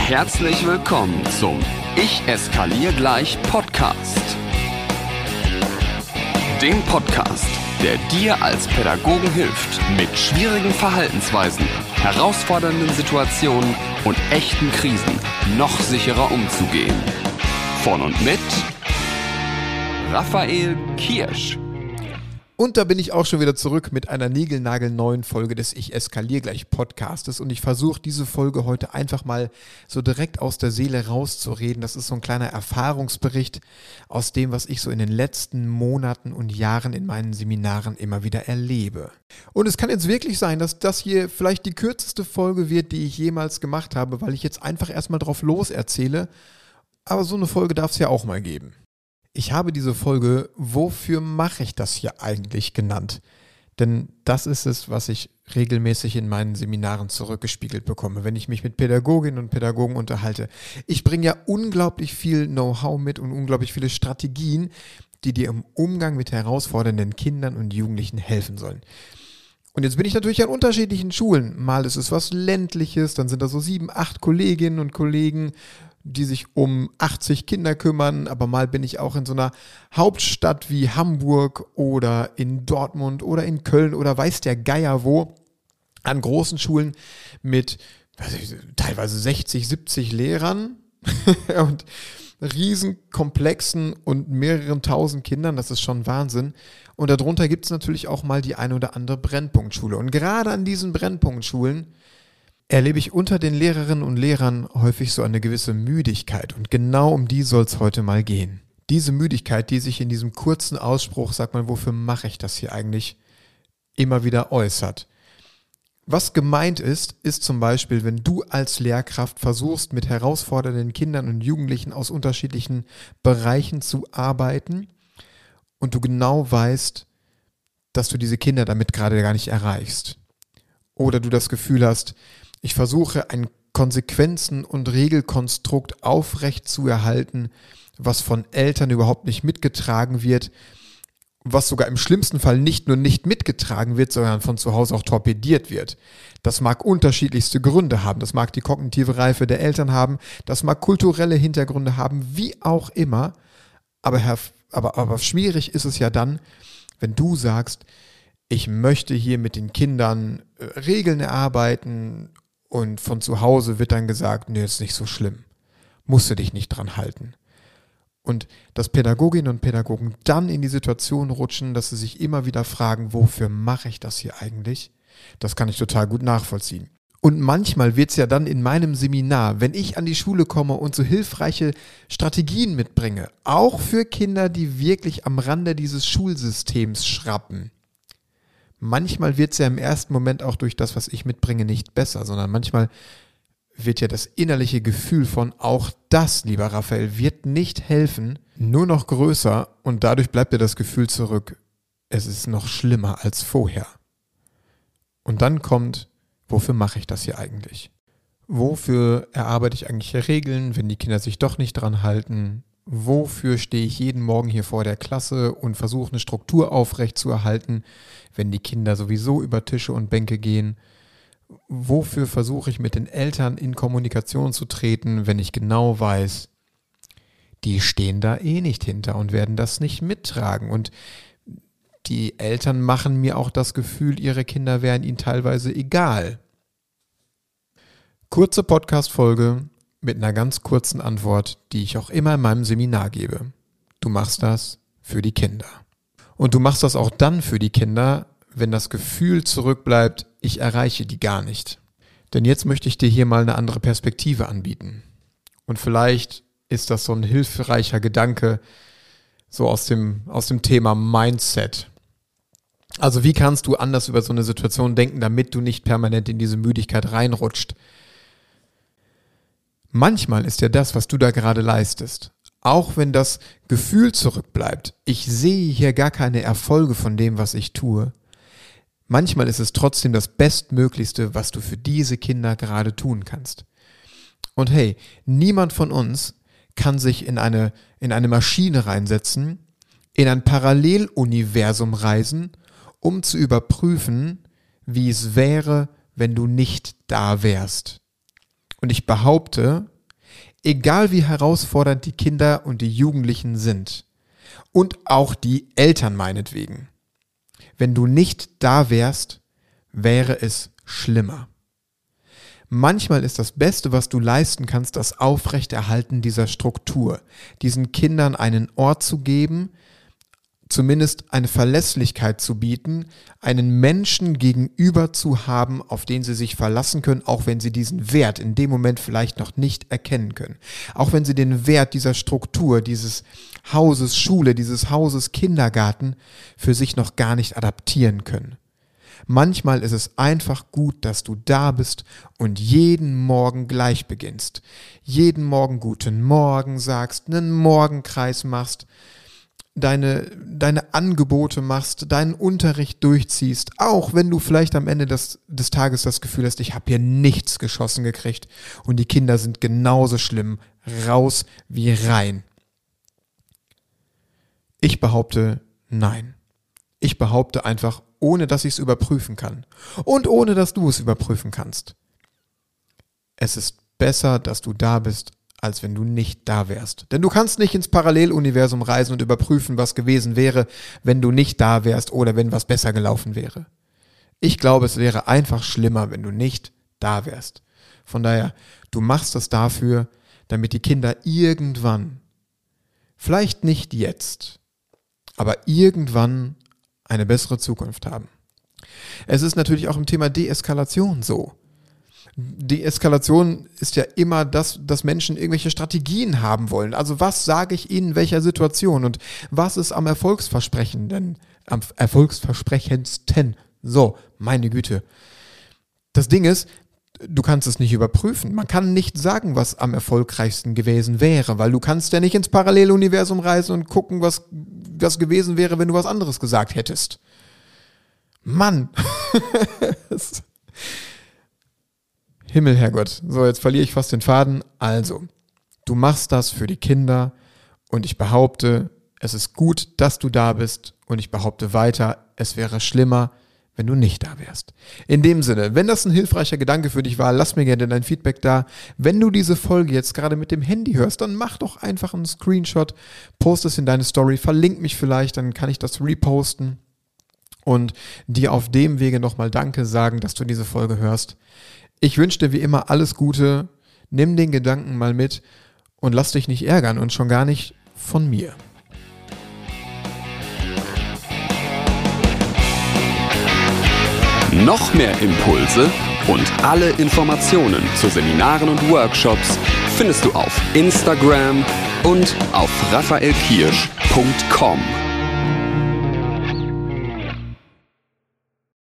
Herzlich willkommen zum Ich eskaliere gleich Podcast. Dem Podcast, der dir als Pädagogen hilft, mit schwierigen Verhaltensweisen, herausfordernden Situationen und echten Krisen noch sicherer umzugehen. Von und mit Raphael Kirsch. Und da bin ich auch schon wieder zurück mit einer niegelnagelneuen Folge des Ich eskaliere gleich Podcastes und ich versuche diese Folge heute einfach mal so direkt aus der Seele rauszureden. Das ist so ein kleiner Erfahrungsbericht aus dem, was ich so in den letzten Monaten und Jahren in meinen Seminaren immer wieder erlebe. Und es kann jetzt wirklich sein, dass das hier vielleicht die kürzeste Folge wird, die ich jemals gemacht habe, weil ich jetzt einfach erstmal drauf los erzähle. Aber so eine Folge darf es ja auch mal geben. Ich habe diese Folge "Wofür mache ich das hier eigentlich" genannt. Denn das ist es, was ich regelmäßig in meinen Seminaren zurückgespiegelt bekomme, wenn ich mich mit Pädagoginnen und Pädagogen unterhalte. Ich bringe ja unglaublich viel Know-how mit und unglaublich viele Strategien, die dir im Umgang mit herausfordernden Kindern und Jugendlichen helfen sollen. Und jetzt bin ich natürlich an unterschiedlichen Schulen. Mal ist es was Ländliches, dann sind da so 7, 8 Kolleginnen und Kollegen, die sich um 80 Kinder kümmern, aber mal bin ich auch in so einer Hauptstadt wie Hamburg oder in Dortmund oder in Köln oder weiß der Geier wo, an großen Schulen mit teilweise 60, 70 Lehrern und Riesenkomplexen und mehreren tausend Kindern, das ist schon Wahnsinn. Und darunter gibt es natürlich auch mal die ein oder andere Brennpunktschule. Und gerade an diesen Brennpunktschulen erlebe ich unter den Lehrerinnen und Lehrern häufig so eine gewisse Müdigkeit. Und genau um die soll es heute mal gehen. Diese Müdigkeit, die sich in diesem kurzen Ausspruch, sag mal, wofür mache ich das hier eigentlich, immer wieder äußert. Was gemeint ist zum Beispiel, wenn du als Lehrkraft versuchst, mit herausfordernden Kindern und Jugendlichen aus unterschiedlichen Bereichen zu arbeiten und du genau weißt, dass du diese Kinder damit gerade gar nicht erreichst. Oder du das Gefühl hast, ich versuche ein Konsequenzen- und Regelkonstrukt aufrecht zu erhalten, was von Eltern überhaupt nicht mitgetragen wird, was sogar im schlimmsten Fall nicht nur nicht mitgetragen wird, sondern von zu Hause auch torpediert wird. Das mag unterschiedlichste Gründe haben, das mag die kognitive Reife der Eltern haben, das mag kulturelle Hintergründe haben, wie auch immer, aber schwierig ist es ja dann, wenn du sagst, ich möchte hier mit den Kindern Regeln erarbeiten und von zu Hause wird dann gesagt, nee, ist nicht so schlimm. Musst du dich nicht dran halten. Und dass Pädagoginnen und Pädagogen dann in die Situation rutschen, dass sie sich immer wieder fragen, wofür mache ich das hier eigentlich? Das kann ich total gut nachvollziehen. Und manchmal wird es ja dann in meinem Seminar, wenn ich an die Schule komme und so hilfreiche Strategien mitbringe, auch für Kinder, die wirklich am Rande dieses Schulsystems schrappen. Manchmal wird es ja im ersten Moment auch durch das, was ich mitbringe, nicht besser, sondern manchmal wird ja das innerliche Gefühl von auch das, lieber Raphael, wird nicht helfen, nur noch größer und dadurch bleibt dir das Gefühl zurück, es ist noch schlimmer als vorher. Und dann kommt, wofür mache ich das hier eigentlich? Wofür erarbeite ich eigentlich hier Regeln, wenn die Kinder sich doch nicht dran halten? Wofür stehe ich jeden Morgen hier vor der Klasse und versuche eine Struktur aufrecht zu erhalten, wenn die Kinder sowieso über Tische und Bänke gehen? Wofür versuche ich mit den Eltern in Kommunikation zu treten, wenn ich genau weiß, die stehen da eh nicht hinter und werden das nicht mittragen? Und die Eltern machen mir auch das Gefühl, ihre Kinder wären ihnen teilweise egal. Kurze Podcast-Folge mit einer ganz kurzen Antwort, die ich auch immer in meinem Seminar gebe. Du machst das für die Kinder. Und du machst das auch dann für die Kinder, wenn das Gefühl zurückbleibt, ich erreiche die gar nicht. Denn jetzt möchte ich dir hier mal eine andere Perspektive anbieten. Und vielleicht ist das so ein hilfreicher Gedanke, so aus dem Thema Mindset. Also wie kannst du anders über so eine Situation denken, damit du nicht permanent in diese Müdigkeit reinrutscht? Manchmal ist ja das, was du da gerade leistest, auch wenn das Gefühl zurückbleibt, ich sehe hier gar keine Erfolge von dem, was ich tue, manchmal ist es trotzdem das Bestmöglichste, was du für diese Kinder gerade tun kannst. Und hey, niemand von uns kann sich in eine Maschine reinsetzen, in ein Paralleluniversum reisen, um zu überprüfen, wie es wäre, wenn du nicht da wärst. Und ich behaupte, Egal wie herausfordernd die Kinder und die Jugendlichen sind. Und auch die Eltern meinetwegen. Wenn du nicht da wärst, wäre es schlimmer. Manchmal ist das Beste, was du leisten kannst, das Aufrechterhalten dieser Struktur, diesen Kindern einen Ort zu geben, zumindest eine Verlässlichkeit zu bieten, einen Menschen gegenüber zu haben, auf den sie sich verlassen können, auch wenn sie diesen Wert in dem Moment vielleicht noch nicht erkennen können. Auch wenn sie den Wert dieser Struktur, dieses Hauses Schule, dieses Hauses Kindergarten für sich noch gar nicht adaptieren können. Manchmal ist es einfach gut, dass du da bist und jeden Morgen gleich beginnst. Jeden Morgen guten Morgen sagst, einen Morgenkreis machst, deine Angebote machst, deinen Unterricht durchziehst, auch wenn du vielleicht am Ende des Tages das Gefühl hast, ich habe hier nichts geschossen gekriegt und die Kinder sind genauso schlimm, raus wie rein. Ich behaupte, nein. Ich behaupte einfach, ohne dass ich es überprüfen kann und ohne dass du es überprüfen kannst. Es ist besser, dass du da bist, als wenn du nicht da wärst. Denn du kannst nicht ins Paralleluniversum reisen und überprüfen, was gewesen wäre, wenn du nicht da wärst oder wenn was besser gelaufen wäre. Ich glaube, es wäre einfach schlimmer, wenn du nicht da wärst. Von daher, du machst das dafür, damit die Kinder irgendwann, vielleicht nicht jetzt, aber irgendwann eine bessere Zukunft haben. Es ist natürlich auch im Thema Deeskalation so. Deeskalation ist ja immer das, dass Menschen irgendwelche Strategien haben wollen. Also was sage ich ihnen in welcher Situation und was ist am erfolgsversprechendsten? So, meine Güte. Das Ding ist, du kannst es nicht überprüfen. Man kann nicht sagen, was am erfolgreichsten gewesen wäre, weil du kannst ja nicht ins Paralleluniversum reisen und gucken, was gewesen wäre, wenn du was anderes gesagt hättest. Mann! Himmel, Herrgott. So, jetzt verliere ich fast den Faden. Also, du machst das für die Kinder und ich behaupte, es ist gut, dass du da bist und ich behaupte weiter, es wäre schlimmer, wenn du nicht da wärst. In dem Sinne, wenn das ein hilfreicher Gedanke für dich war, lass mir gerne dein Feedback da. Wenn du diese Folge jetzt gerade mit dem Handy hörst, dann mach doch einfach einen Screenshot, post es in deine Story, verlink mich vielleicht, dann kann ich das reposten und dir auf dem Wege nochmal Danke sagen, dass du diese Folge hörst. Ich wünsche dir wie immer alles Gute, nimm den Gedanken mal mit und lass dich nicht ärgern und schon gar nicht von mir. Noch mehr Impulse und alle Informationen zu Seminaren und Workshops findest du auf Instagram und auf raphaelkirsch.com.